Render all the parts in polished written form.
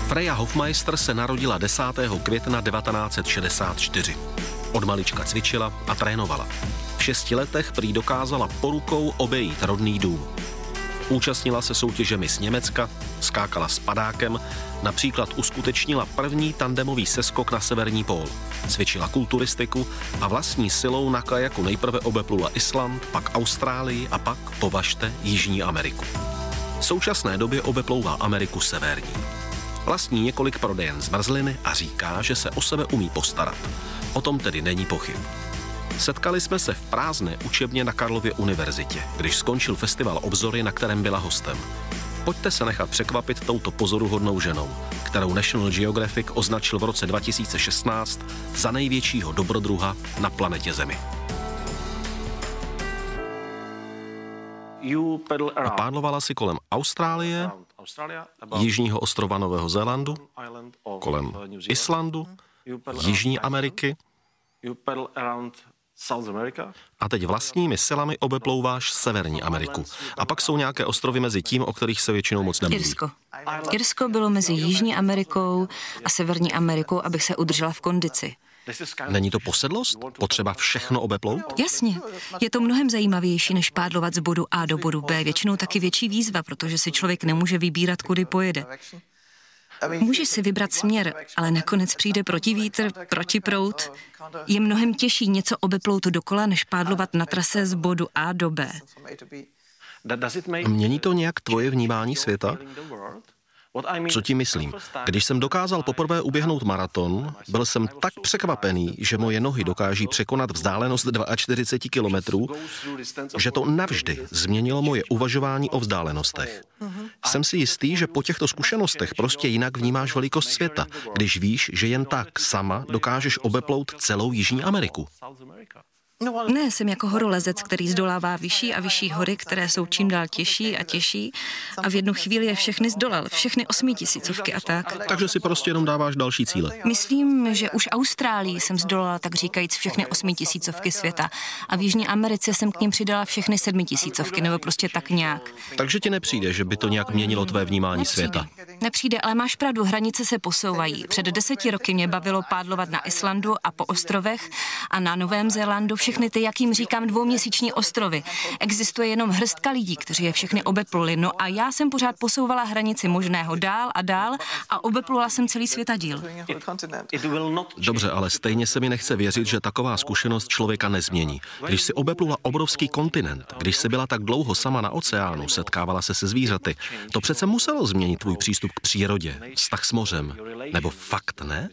Freja Hofmeister se narodila 10. května 1964. Od malička cvičila a trénovala. V 6 letech prý dokázala porukou obejít rodný dům. Účastnila se soutěže Miss Německa, skákala s padákem, například uskutečnila první tandemový seskok na severní pól. Cvičila kulturistiku a vlastní silou na kajaku nejprve obeplula Island, pak Austrálii a pak, považte, Jižní Ameriku. V současné době obeplouvá Ameriku severní. Vlastní několik prodejen zmrzliny a říká, že se o sebe umí postarat. O tom tedy není pochyb. Setkali jsme se v prázdné učebně na Karlově univerzitě, když skončil festival Obzory, na kterém byla hostem. Pojďte se nechat překvapit touto pozoruhodnou ženou, kterou National Geographic označil v roce 2016 za největšího dobrodruha na planetě Zemi. A pádlovala si kolem Austrálie, Jižního ostrova Nového Zélandu, kolem Islandu, Jižní Ameriky a teď vlastními silami obeplouváš Severní Ameriku. A pak jsou nějaké ostrovy mezi tím, o kterých se většinou moc nemluví. Irsko bylo mezi Jižní Amerikou a Severní Amerikou, abych se udržela v kondici. Není to posedlost? Potřeba všechno obeplout? Jasně. Je to mnohem zajímavější, než pádlovat z bodu A do bodu B. Většinou taky větší výzva, protože si člověk nemůže vybírat, kudy pojede. Můžeš si vybrat směr, ale nakonec přijde protivítr, protiproud. Je mnohem těžší něco obeplout dokola, než pádlovat na trase z bodu A do B. Mění to nějak tvoje vnímání světa? Co tím myslím? Když jsem dokázal poprvé uběhnout maraton, byl jsem tak překvapený, že moje nohy dokáží překonat vzdálenost 42 kilometrů, že to navždy změnilo moje uvažování o vzdálenostech. Jsem si jistý, že po těchto zkušenostech prostě jinak vnímáš velikost světa, když víš, že jen tak sama dokážeš obeplout celou Jižní Ameriku. Ne, jsem jako horolezec, který zdolává vyšší a vyšší hory, které jsou čím dál těžší a těžší a v jednu chvíli je všechny zdolal, všechny 8000 a tak. Takže si prostě jenom dáváš další cíle. Myslím, že už Austrálii jsem zdolala, tak říkajíc, všechny 8000 světa a v Jižní Americe jsem k nim přidala všechny 7000, nebo prostě tak nějak. Takže ti nepřijde, že by to nějak měnilo tvé vnímání světa? Nepřijde, ale máš pravdu, hranice se posouvají. Před 10 roky mě bavilo pádlovat na Islandu a po ostrovech a na Novém Zélandu všechny ty, jak jim říkám, 2měsíční ostrovy. Existuje jenom hrstka lidí, kteří je všechny obepluli. No a já jsem pořád posouvala hranici možného dál a dál a obeplula jsem celý světadíl. Dobře, ale stejně se mi nechce věřit, že taková zkušenost člověka nezmění. Když si obeplula obrovský kontinent, když jsi byla tak dlouho sama na oceánu, setkávala se se zvířaty, to přece muselo změnit tvůj přístup k přírodě, vztah s mořem. Nebo fakt ne?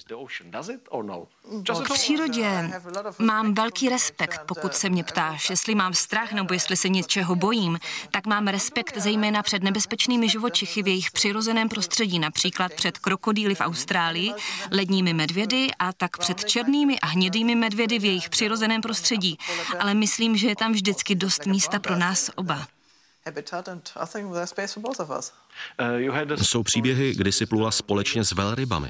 K přírodě mám velký respekt, pokud se mě ptáš, jestli mám strach nebo jestli se něčeho bojím, tak mám respekt zejména před nebezpečnými živočichy v jejich přirozeném prostředí, například před krokodýly v Austrálii, ledními medvědy a tak před černými a hnědými medvědy v jejich přirozeném prostředí. Ale myslím, že je tam vždycky dost místa pro nás oba. Jsou příběhy, kdy jsi plula společně s velrybami.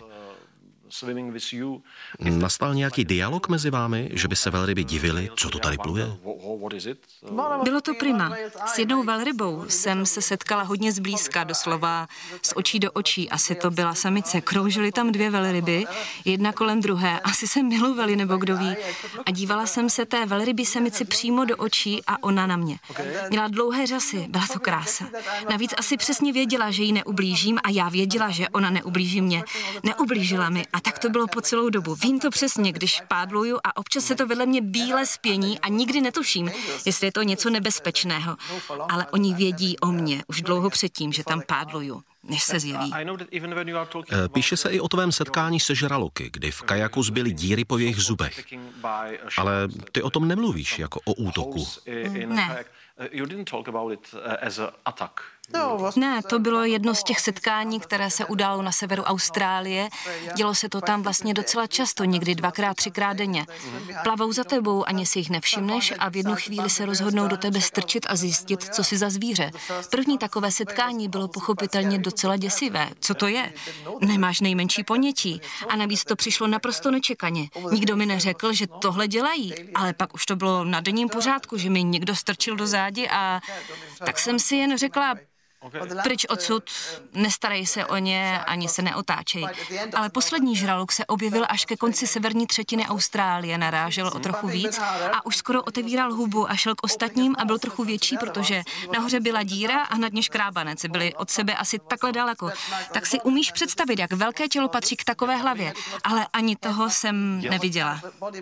Nastal nějaký dialog mezi vámi, že by se velryby divily, co to tady pluje? Bylo to prima. S jednou velrybou jsem se setkala hodně zblízka, doslova z očí do očí. Asi to byla samice. Kroužily tam 2 velryby, jedna kolem druhé. Asi se milovali, nebo kdo ví. A dívala jsem se té velryby samici přímo do očí a ona na mě. Měla dlouhé řasy, byla to krása. Navíc asi přesně věděla, že jí neublížím a já věděla, že ona neublíží mě. Neublížila mi a tak to bylo po celou dobu. Vím to přesně, když pádluju a občas se to vedle mě bíle spění a nikdy netuším, jestli je to něco nebezpečného. Ale oni vědí o mě už dlouho předtím, že tam pádluju, než se zjeví. Píše se i o tvém setkání se žraloky, kdy v kajaku zbyly díry po jejich zubech. Ale ty o tom nemluvíš jako o útoku. Ne. Ne, to bylo jedno z těch setkání, které se událo na severu Austrálie. Dělo se to tam vlastně docela často, někdy 2x, 3x denně. Plavou za tebou, ani si jich nevšimneš a v jednu chvíli se rozhodnou do tebe strčit a zjistit, co si za zvíře. První takové setkání bylo pochopitelně docela děsivé. Co to je? Nemáš nejmenší ponětí. A navíc to přišlo naprosto nečekaně. Nikdo mi neřekl, že tohle dělají, ale pak už to bylo na denním pořádku, že mi někdo strčil do zádi a tak jsem si jen řekla, Pryč odsud, nestarej se o ně, ani se neotáčej. Ale poslední žralok se objevil až ke konci severní třetiny Austrálie, narážel o trochu víc a už skoro otevíral hubu a šel k ostatním a byl trochu větší, protože nahoře byla díra a nad ní škrábanec, byly od sebe asi takhle daleko. Tak si umíš představit, jak velké tělo patří k takové hlavě, ale ani toho jsem neviděla.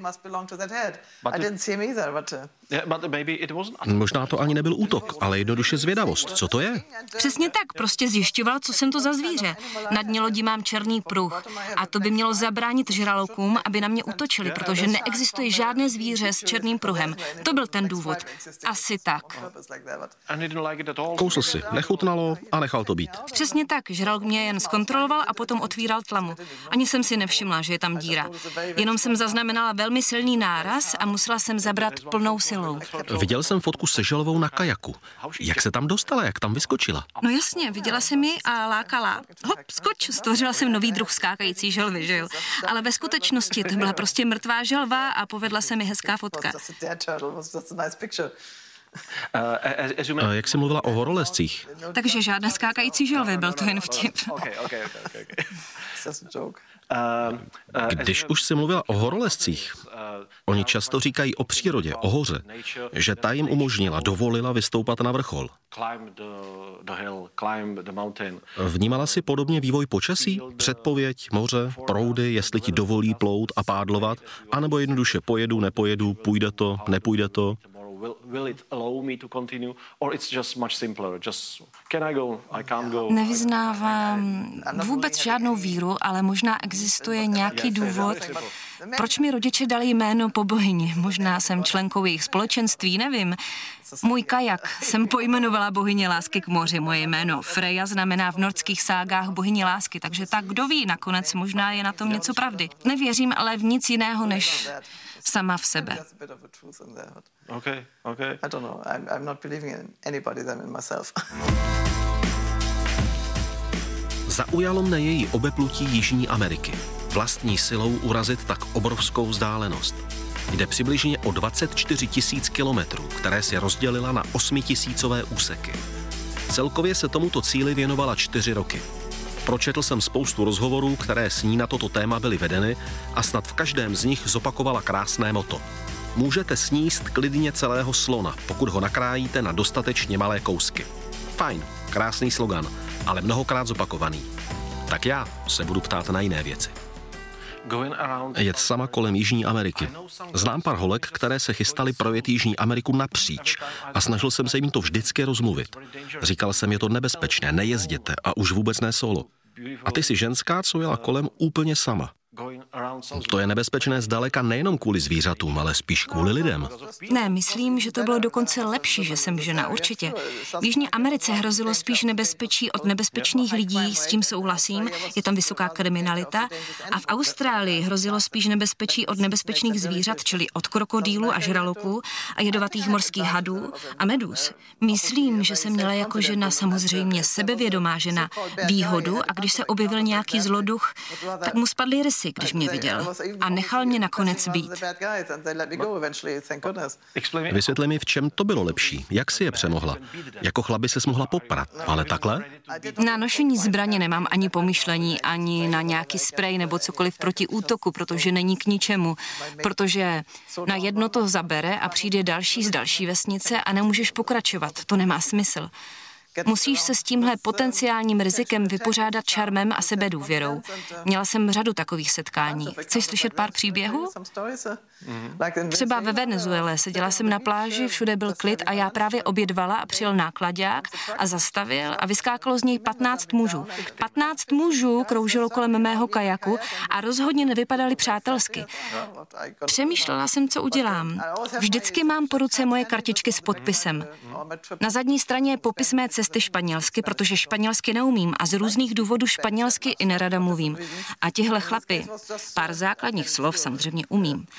Možná to ani nebyl útok, ale jednoduše zvědavost. Co to je? Přesně tak, prostě zjišťoval, co jsem to za zvíře. Na dně lodi mám černý pruh a to by mělo zabránit žralokům, aby na mě útočili, protože neexistuje žádné zvíře s černým pruhem. To byl ten důvod. Asi tak. Kousl si, nechutnalo a nechal to být. Přesně tak, žralok mě jen zkontroloval a potom otvíral tlamu. Ani jsem si nevšimla, že je tam díra. Jenom jsem zaznamenala velmi silný náraz a musela jsem zabrat plnou silou. Viděl jsem fotku se želvou na kajaku. Jak se tam dostala, jak tam vyskočila? No jasně, viděla jsem ji a lákala. Hop, skoč, stvořila jsem nový druh skákající želvy, že jo? Ale ve skutečnosti to byla prostě mrtvá želva a povedla se mi hezká fotka. Jak jsi mluvila o horolezcích? Takže žádné skákající želvy, byl to jen vtip. Když už jsi mluvila o horolezcích, oni často říkají o přírodě, o hoře, že ta jim umožnila, dovolila vystoupat na vrchol. Vnímala si podobně vývoj počasí? Předpověď, moře, proudy, jestli ti dovolí plout a pádlovat, anebo jednoduše pojedu, nepojedu, půjde to, nepůjde to? Nevyznávám vůbec žádnou víru, ale možná existuje nějaký důvod, proč mi rodiče dali jméno po bohyni. Možná jsem členkou jejich společenství, nevím. Můj kajak jsem pojmenovala bohyně lásky k moři. Moje jméno Freja znamená v nordských ságách bohyni lásky, takže tak kdo ví, nakonec možná je na tom něco pravdy. Nevěřím ale v nic jiného než sama v sebe. Okay. I don't know. I'm not believing in anybody than in myself. Zaujalo mne její obeplutí Jižní Ameriky. Vlastní silou urazit tak obrovskou vzdálenost. Jde přibližně o 24 000 kilometrů, které si rozdělila na 8tisícové úseky. Celkově se tomuto cíli věnovala 4 roky. Pročetl jsem spoustu rozhovorů, které s ní na toto téma byly vedeny a snad v každém z nich zopakovala krásné motto. Můžete sníst klidně celého slona, pokud ho nakrájíte na dostatečně malé kousky. Fajn, krásný slogan, ale mnohokrát zopakovaný. Tak já se budu ptát na jiné věci. Jet sama kolem Jižní Ameriky. Znám pár holek, které se chystaly projet Jižní Ameriku napříč a snažil jsem se jim to vždycky rozmluvit. Říkal jsem, je to nebezpečné, nejezděte a už vůbec ne solo. A ty jsi ženská, co jela kolem úplně sama. To je nebezpečné zdaleka nejenom kvůli zvířatům, ale spíš kvůli lidem. Ne, myslím, že to bylo dokonce lepší, že jsem žena, určitě. V Jižní Americe hrozilo spíš nebezpečí od nebezpečných lidí, s tím souhlasím, je tam vysoká kriminalita. A v Austrálii hrozilo spíš nebezpečí od nebezpečných zvířat, čili od krokodýlů a žraloků a jedovatých morských hadů a medúz. Myslím, že jsem měla jako žena samozřejmě sebevědomá žena výhodu a když se objevil nějaký zloduch, tak mu spadly rysy, když mě viděl. A nechal mě nakonec být. Vysvětli mi, v čem to bylo lepší. Jak si je přemohla? Jako chlapi ses mohla poprat, ale takhle? Na nošení zbraně nemám ani pomyšlení, ani na nějaký sprej nebo cokoliv proti útoku, protože není k ničemu. Protože na jedno to zabere a přijde další z další vesnice a nemůžeš pokračovat. To nemá smysl. Musíš se s tímhle potenciálním rizikem vypořádat šarmem a sebedůvěrou. Měla jsem řadu takových setkání. Chceš slyšet pár příběhů? Třeba ve Venezuele seděla jsem na pláži, všude byl klid a já právě obědvala a přijel náklaďák a zastavil a vyskákalo z něj 15 mužů. 15 mužů kroužilo kolem mého kajaku a rozhodně nevypadali přátelsky. Přemýšlela jsem, co udělám. Vždycky mám po ruce moje kartičky s podpisem. Na zadní straně je popis mé cesty španělsky, protože španělsky neumím a z různých důvodů španělsky i nerada mluvím. A tihle chlapi, pár základních slov samozřejmě umím.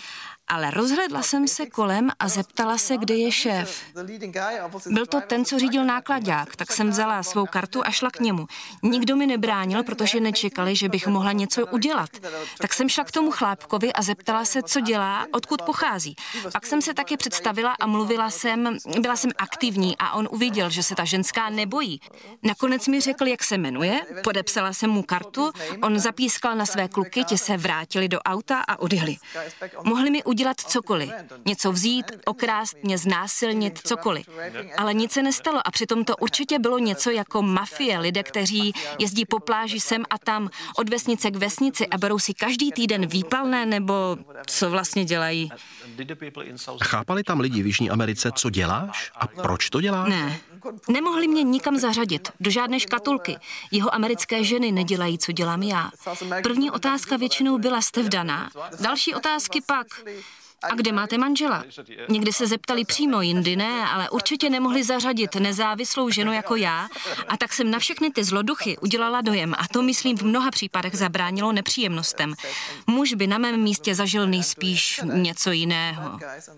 Ale rozhlédla jsem se kolem a zeptala se, kde je šéf. Byl to ten, co řídil náklaďák, tak jsem vzala svou kartu a šla k němu. Nikdo mi nebránil, protože nečekali, že bych mohla něco udělat. Tak jsem šla k tomu chlápkovi a zeptala se, co dělá, odkud pochází. Pak jsem se taky představila a byla jsem aktivní a on uviděl, že se ta ženská nebojí. Nakonec mi řekl, jak se jmenuje, podepsala jsem mu kartu, on zapískal na své kluky, ti se vrátili do auta a odjeli. Mohli mi udělat cokoliv. Něco vzít, okrást mě, znásilnit, cokoliv. Ale nic se nestalo a přitom to určitě bylo něco jako mafie, lidé, kteří jezdí po pláži sem a tam, od vesnice k vesnici a berou si každý týden výpalné, nebo co vlastně dělají. Chápali tam lidi v Jižní Americe, co děláš a proč to děláš? Ne. Nemohli mě nikam zařadit, do žádné škatulky. Jeho americké ženy nedělají, co dělám já. První otázka většinou byla: jste vdaná? Další otázky pak: a kde máte manžela? Někdy se zeptali přímo, jindy ne, ale určitě nemohli zařadit nezávislou ženu jako já, a tak jsem na všechny ty zloduchy udělala dojem a to, myslím, v mnoha případech zabránilo nepříjemnostem. Muž by na mém místě zažil nejspíš něco jiného.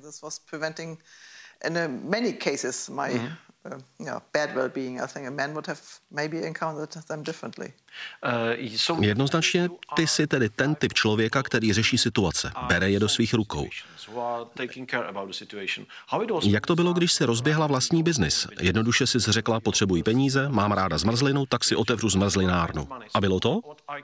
Bad well-being, I think a man would have maybe encountered them differently. Jednoznačně ty jsi tedy ten typ člověka, který řeší situace, bere je do svých rukou. Jak to bylo, když si rozběhla vlastní biznis? Jednoduše si řekla, potřebuji peníze, mám ráda zmrzlinu, tak si otevřu zmrzlinárnu. A bylo to?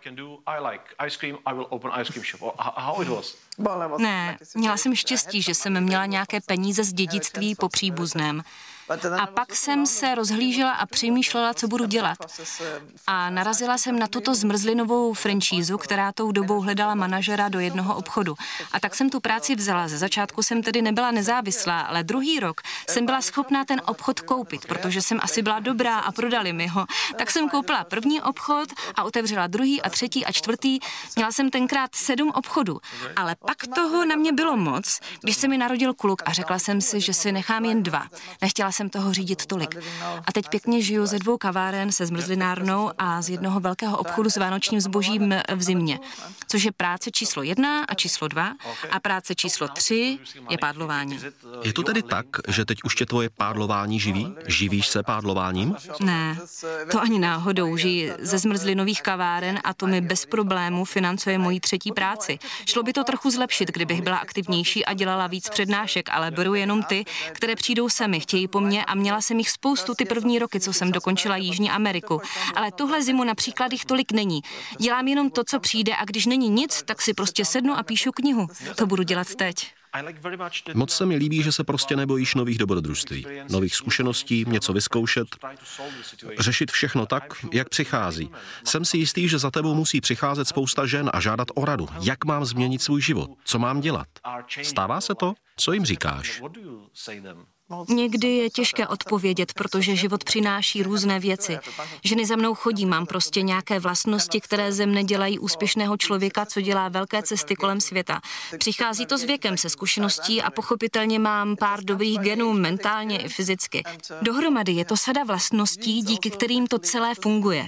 Ne, měla jsem štěstí, že jsem měla nějaké peníze z dědictví po příbuzném. A pak jsem se rozhlížela a přemýšlela, co budu dělat. A narazila jsem na tuto zmrzlinovou franšízu, která tou dobou hledala manažera do jednoho obchodu. A tak jsem tu práci vzala. Ze začátku jsem tedy nebyla nezávislá, ale druhý rok jsem byla schopná ten obchod koupit, protože jsem asi byla dobrá a prodali mi ho. Tak jsem koupila první obchod a otevřela druhý a třetí a čtvrtý. Měla jsem tenkrát 7 obchodů. Ale pak toho na mě bylo moc, když se mi narodil kluk a řekla jsem si, že si nechám jen 2. Nechtěla jsem toho řídit tolik. A teď pěkně žiju ze 2 kaváren se zmrzlinárnou a z jednoho velkého obchodu s vánočním zbožím v zimě, což je práce číslo 1 a číslo 2 a práce číslo 3 je pádlování. Je to tedy tak, že teď už tě tvoje pádlování živí? Živíš se pádlováním? Ne, to ani náhodou. Žiji ze zmrzlinových kaváren a to mi bez problému financuje moji 3. práci. Šlo by to trochu zlepšit, kdybych byla aktivnější a dělala víc přednášek, ale beru jenom ty, které přijdou sami, chtějí po mně a měla jsem jich spoustu ty první roky, co jsem dokončila Jižní Ameriku. Ale tuhle zimu například jich tolik není. Dělám jenom to, co přijde a když není nic, tak si prostě sednu a píšu knihu. To budu dělat teď. Moc se mi líbí, že se prostě nebojíš nových dobrodružství, nových zkušeností, něco vyzkoušet, řešit všechno tak, jak přichází. Jsem si jistý, že za tebou musí přicházet spousta žen a žádat o radu. Jak mám změnit svůj život? Co mám dělat? Stává se to? Co jim říkáš? Někdy je těžké odpovědět, protože život přináší různé věci. Ženy za mnou chodí, mám prostě nějaké vlastnosti, které ze mne dělají úspěšného člověka, co dělá velké cesty kolem světa. Přichází to s věkem, se zkušeností a pochopitelně mám pár dobrých genů mentálně i fyzicky. Dohromady je to sada vlastností, díky kterým to celé funguje.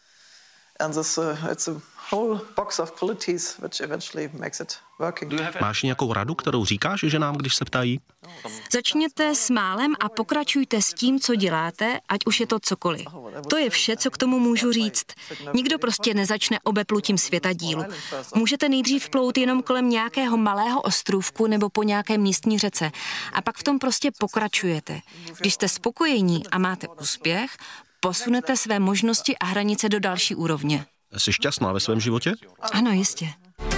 Máš nějakou radu, kterou říkáš ženám, když se ptají? Začněte s málem a pokračujte s tím, co děláte, ať už je to cokoliv. To je vše, co k tomu můžu říct. Nikdo prostě nezačne obeplutím světadílu. Můžete nejdřív plout jenom kolem nějakého malého ostrůvku nebo po nějaké místní řece a pak v tom prostě pokračujete. Když jste spokojení a máte úspěch, posunete své možnosti a hranice do další úrovně. Jsi šťastná ve svém životě? Ano, jistě.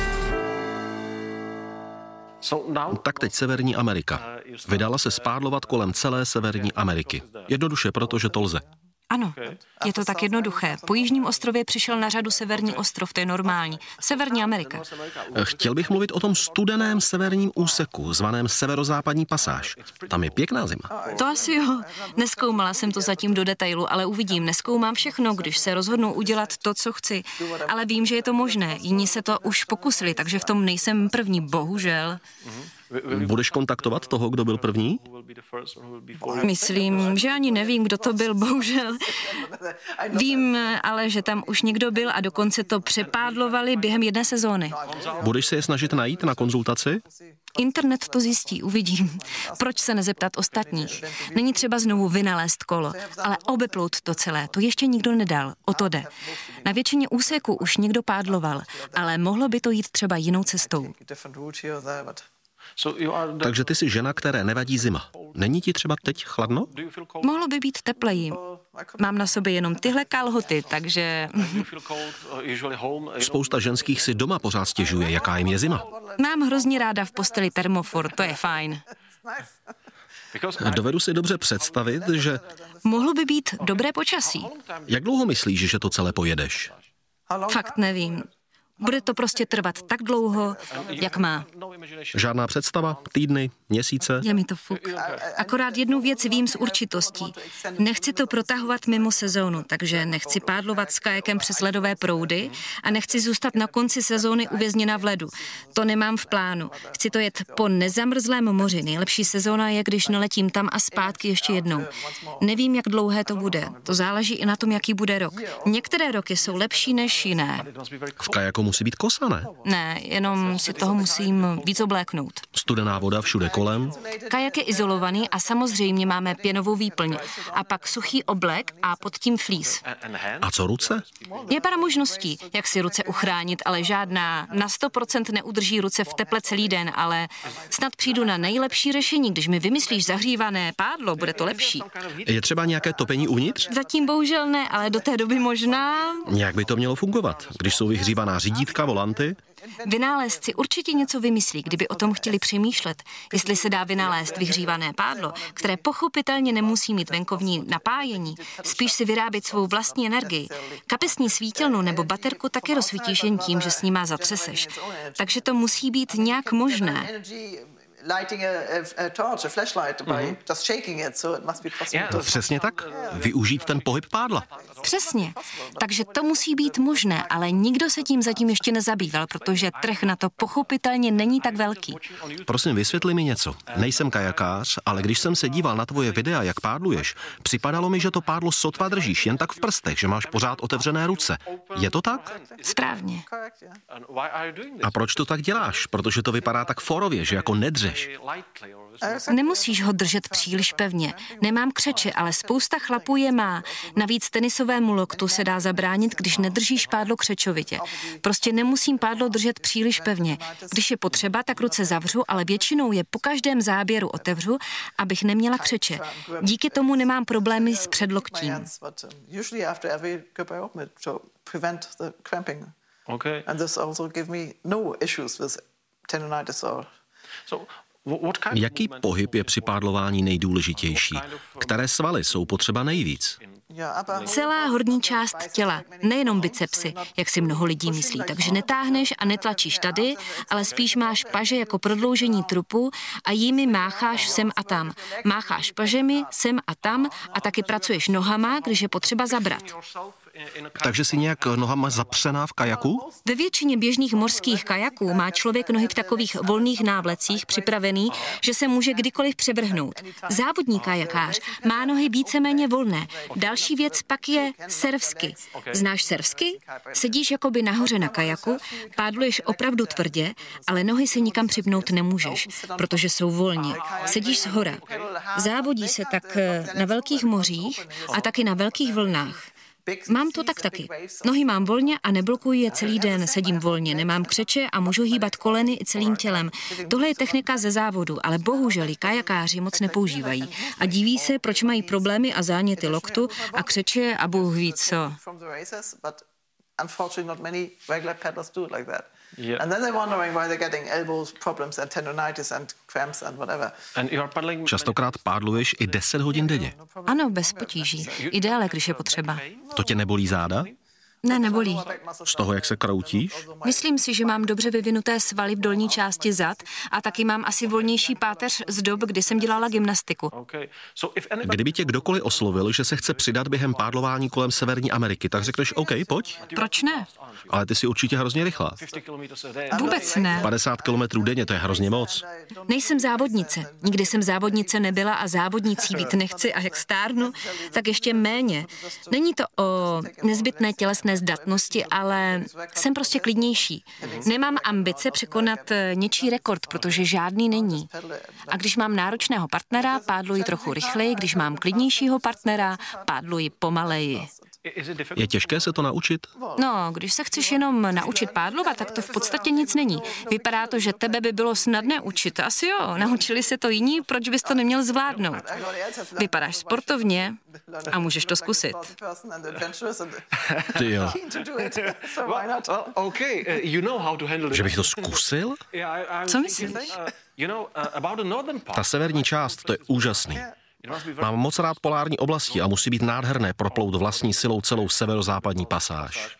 Tak teď Severní Amerika. Vydala se spádlovat kolem celé Severní Ameriky. Jednoduše proto, že to lze. Ano, je to tak jednoduché. Po Jižním ostrově přišel na řadu Severní ostrov, to je normální. Severní Amerika. Chtěl bych mluvit o tom studeném severním úseku, zvaném severozápadní pasáž. Tam je pěkná zima. To asi jo. Nezkoumala jsem to zatím do detailu, ale uvidím. Nezkoumám všechno, když se rozhodnu udělat to, co chci. Ale vím, že je to možné. Jiní se to už pokusili, takže v tom nejsem první, bohužel. Budeš kontaktovat toho, kdo byl první? Myslím, že ani nevím, kdo to byl, bohužel. Vím ale, že tam už někdo byl a dokonce to přepádlovali během jedné sezóny. Budeš se je snažit najít na konzultaci? Internet to zjistí, uvidím. Proč se nezeptat ostatních? Není třeba znovu vynalézt kolo, ale obeplout to celé, to ještě nikdo nedal, o to jde. Na většině úseků už někdo pádloval, ale mohlo by to jít třeba jinou cestou. Takže ty jsi žena, které nevadí zima. Není ti třeba teď chladno? Mohlo by být tepleji. Mám na sobě jenom tyhle kalhoty, takže... Spousta ženských si doma pořád stěžuje, jaká jim je zima. Mám hrozně ráda v posteli termofor, to je fajn. Dovedu si dobře představit, že... Mohlo by být dobré počasí. Jak dlouho myslíš, že to celé pojedeš? Fakt nevím. Bude to prostě trvat tak dlouho, jak má. Žádná představa? Týdny? Měsíce? Je mi to fuk. Akorát jednu věc vím s určitostí. Nechci to protahovat mimo sezónu, takže nechci pádlovat s kajakem přes ledové proudy a nechci zůstat na konci sezóny uvězněna v ledu. To nemám v plánu. Chci to jet po nezamrzlém moři. Nejlepší sezóna je, když naletím tam a zpátky ještě jednou. Nevím, jak dlouhé to bude. To záleží i na tom, jaký bude rok. Některé roky jsou lepší než jiné. V kajaku musí být kosa, ne? Ne, jenom si toho musím víc obléknout. Studená voda všude kolem. Kajak je izolovaný a samozřejmě máme pěnovou výplň. A pak suchý oblek a pod tím flíz. A co ruce? Je pár možností, jak si ruce uchránit, ale žádná na 100% neudrží ruce v teple celý den, ale snad přijdu na nejlepší řešení. Když mi vymyslíš zahřívané pádlo, bude to lepší. Je třeba nějaké topení uvnitř? Zatím bohužel ne, ale do té doby možná. Jak by to mělo fungovat, když jsou vyhřívaná řídítka, volanty? Vynálezci určitě něco vymyslí, kdyby o tom chtěli přemýšlet, jestli se dá vynalézt vyhřívané pádlo, které pochopitelně nemusí mít venkovní napájení, spíš si vyrábět svou vlastní energii. Kapesní svítilnu nebo baterku taky rozsvítíš jen tím, že s ní zatřeseš. Takže to musí být nějak možné. Přesně tak. Využít ten pohyb pádla. Přesně. Takže to musí být možné, ale nikdo se tím zatím ještě nezabýval, protože trh na to pochopitelně není tak velký. Prosím, vysvětli mi něco. Nejsem kajakář, ale když jsem se díval na tvoje videa, jak pádluješ, připadalo mi, že to pádlo sotva držíš jen tak v prstech, že máš pořád otevřené ruce. Je to tak? Správně. A proč to tak děláš? Protože to vypadá tak forově, že jako nedřeš. Nemusíš ho držet příliš pevně. Nemám křeče, ale spousta chlapů je má. Navíc tenisovému loktu se dá zabránit, když nedržíš pádlo křečovitě. Prostě nemusím pádlo držet příliš pevně. Když je potřeba, tak ruce zavřu, ale většinou je po každém záběru otevřu, abych neměla křeče. Díky tomu nemám problémy s předloktím. Jaký pohyb je při pádlování nejdůležitější? Které svaly jsou potřeba nejvíc? Celá horní část těla, nejenom bicepsy, jak si mnoho lidí myslí. Takže netáhneš a netlačíš tady, ale spíš máš paže jako prodloužení trupu a jimi mácháš sem a tam. Mácháš pažemi sem a tam a taky pracuješ nohama, když je potřeba zabrat. Takže si nějak nohama zapřená v kajaku? Ve většině běžných mořských kajaků má člověk nohy v takových volných návlecích připravený, že se může kdykoliv převrhnout. Závodní kajakář má nohy víceméně volné. Další věc pak je servsky. Znáš servsky? Sedíš jakoby nahoře na kajaku, pádluješ opravdu tvrdě, ale nohy se nikam připnout nemůžeš, protože jsou volně. Sedíš shora. Závodí se tak na velkých mořích a taky na velkých vlnách. Mám to tak taky. Nohy mám volně a neblokuji je celý den, sedím volně, nemám křeče a můžu hýbat koleny i celým tělem. Tohle je technika ze závodu, ale bohužel ji kajakáři moc nepoužívají. A diví se, proč mají problémy a záněty loktu a křeče a Bůh ví co. Yeah. And then they're wondering why they're getting elbows problems and tendonitis and cramps and whatever. Častokrát pádluješ i 10 hodin denně. Ano, bez potíží. I déle, když je potřeba. To tě nebolí záda? Ne, nebolí. Z toho, jak se kroutíš? Myslím si, že mám dobře vyvinuté svaly v dolní části zad a taky mám asi volnější páteř z dob, kdy jsem dělala gymnastiku. Kdyby tě kdokoliv oslovil, že se chce přidat během pádlování kolem Severní Ameriky, tak řekneš OK, pojď? Proč ne? Ale ty jsi určitě hrozně rychlá. Vůbec ne. 50 kilometrů denně, to je hrozně moc. Nejsem závodnice. Nikdy jsem závodnice nebyla a závodnicí být nechci a jak stárnu, tak ještě méně. Není to o nezbytné tělesné samotné zdatnosti, ale jsem prostě klidnější. Nemám ambice překonat něčí rekord, protože žádný není. A když mám náročného partnera, pádluji trochu rychleji, když mám klidnějšího partnera, pádluji pomaleji. Je těžké se to naučit? No, když se chceš jenom naučit pádlovat, tak to v podstatě nic není. Vypadá to, že tebe by bylo snadné učit. Asi jo, naučili se to jiní, proč bys to neměl zvládnout? Vypadáš sportovně a můžeš to zkusit. Ty jo. Že bych to zkusil? Co myslíš? Ta severní část, to je úžasný. Mám moc rád polární oblasti a musí být nádherné proplout vlastní silou celou severozápadní pasáž.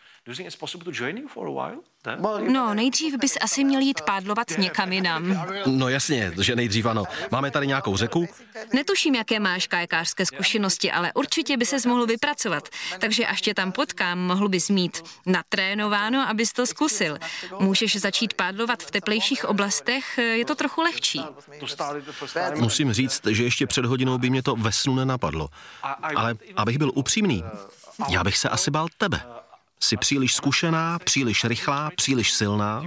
No, nejdřív bys asi měl jít pádlovat někam jinam. No jasně, že nejdřív ano. Máme tady nějakou řeku? Netuším, jaké máš kajakářské zkušenosti, ale určitě by ses mohl vypracovat. Takže až tě tam potkám, mohl bys mít natrénováno, abys to zkusil. Můžeš začít pádlovat v teplejších oblastech, je to trochu lehčí. Musím říct, že ještě před hodinou by mě to ve snu nenapadlo. Ale abych byl upřímný, já bych se asi bál tebe. Jsi příliš zkušená, příliš rychlá, příliš silná.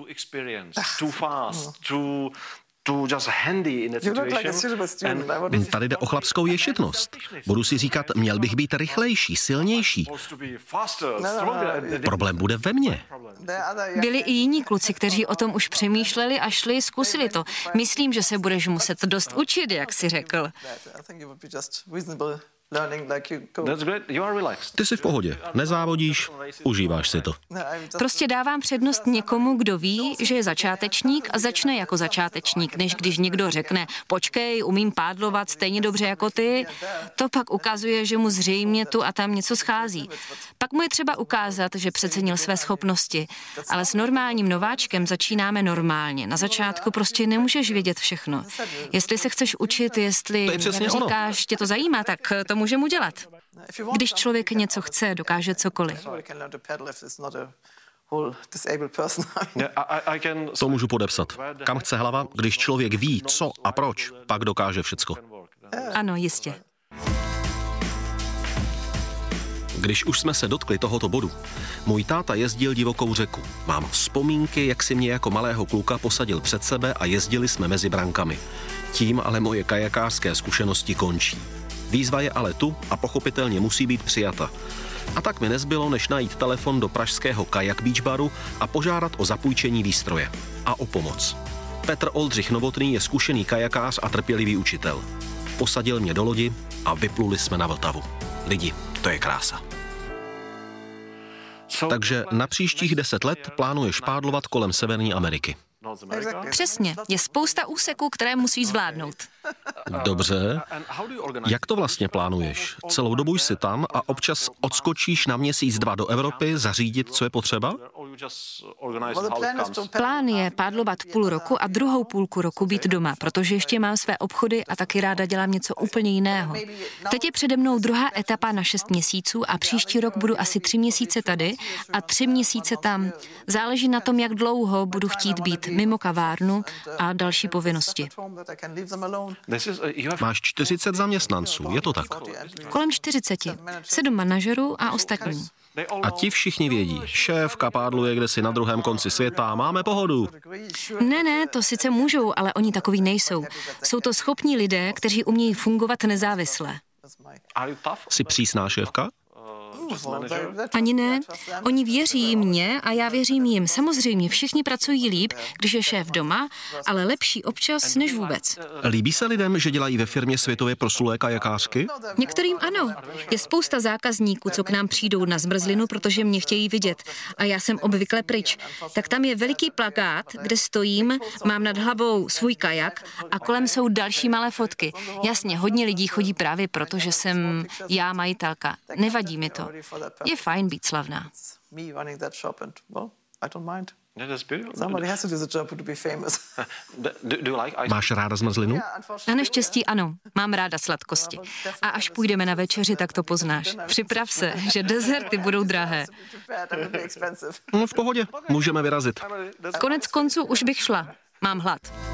Tady jde o chlapskou ješitnost. Budu si říkat, měl bych být rychlejší, silnější. Problém bude ve mně. Byli i jiní kluci, kteří o tom už přemýšleli a šli, zkusili to. Myslím, že se budeš muset dost učit, jak jsi řekl. Ty jsi v pohodě, nezávodíš, užíváš si to. Prostě dávám přednost někomu, kdo ví, že je začátečník a začne jako začátečník, než když někdo řekne, počkej, umím pádlovat stejně dobře jako ty, to pak ukazuje, že mu zřejmě tu a tam něco schází. Pak mu je třeba ukázat, že přecenil své schopnosti, ale s normálním nováčkem začínáme normálně. Na začátku prostě nemůžeš vědět všechno. Jestli se chceš učit, jestli, jak říkáš, tě to zajímá, tak to můžeme udělat. Když člověk něco chce, dokáže cokoliv. To můžu podepsat. Kam chce hlava, když člověk ví, co a proč, pak dokáže všecko. Ano, jistě. Když už jsme se dotkli tohoto bodu, můj táta jezdil divokou řeku. Mám vzpomínky, jak si mě jako malého kluka posadil před sebe a jezdili jsme mezi brankami. Tím ale moje kajakářské zkušenosti končí. Výzva je ale tu a pochopitelně musí být přijata. A tak mi nezbylo, než najít telefon do pražského Kajak Beach baru a požádat o zapůjčení výstroje. A o pomoc. Petr Oldřich Novotný je zkušený kajakář a trpělivý učitel. Posadil mě do lodi a vypluli jsme na Vltavu. Lidi, to je krása. Takže na příštích 10 let plánuješ pádlovat kolem Severní Ameriky. Přesně, je spousta úseků, které musíš zvládnout. Dobře. Jak to vlastně plánuješ? Celou dobu jsi tam a občas odskočíš na měsíc, 2 do Evropy, zařídit, co je potřeba? Plán je pádlovat půl roku a druhou půlku roku být doma, protože ještě mám své obchody a taky ráda dělám něco úplně jiného. Teď je přede mnou druhá etapa na 6 měsíců a příští rok budu asi 3 měsíce tady a 3 měsíce tam. Záleží na tom, jak dlouho budu chtít být mimo kavárnu a další povinnosti. Máš 40 zaměstnanců, je to tak? Kolem 40. 7 manažerů a ostatní. A ti všichni vědí, šéfka pádluje kdesi na druhém konci světa, máme pohodu. Ne, to sice můžou, ale oni takový nejsou. Jsou to schopní lidé, kteří umějí fungovat nezávisle. Jsi přísná šéfka? Ani ne. Oni věří mně a já věřím jim. Samozřejmě všichni pracují líp, když je šéf doma, ale lepší občas než vůbec. Líbí se lidem, že dělají ve firmě světově proslulé kajakářky? Některým ano. Je spousta zákazníků, co k nám přijdou na zmrzlinu, protože mě chtějí vidět. A já jsem obvykle pryč. Tak tam je veliký plakát, kde stojím, mám nad hlavou svůj kajak a kolem jsou další malé fotky. Jasně, hodně lidí chodí právě proto, že jsem já majitelka. Nevadí mi to. Je fajn být slavná. Máš ráda zmrzlinu? Na neštěstí ano, mám ráda sladkosti. A až půjdeme na večeři, tak to poznáš. Připrav se, že dezerty budou drahé. No v pohodě, můžeme vyrazit. Konec konců už bych šla. Mám hlad.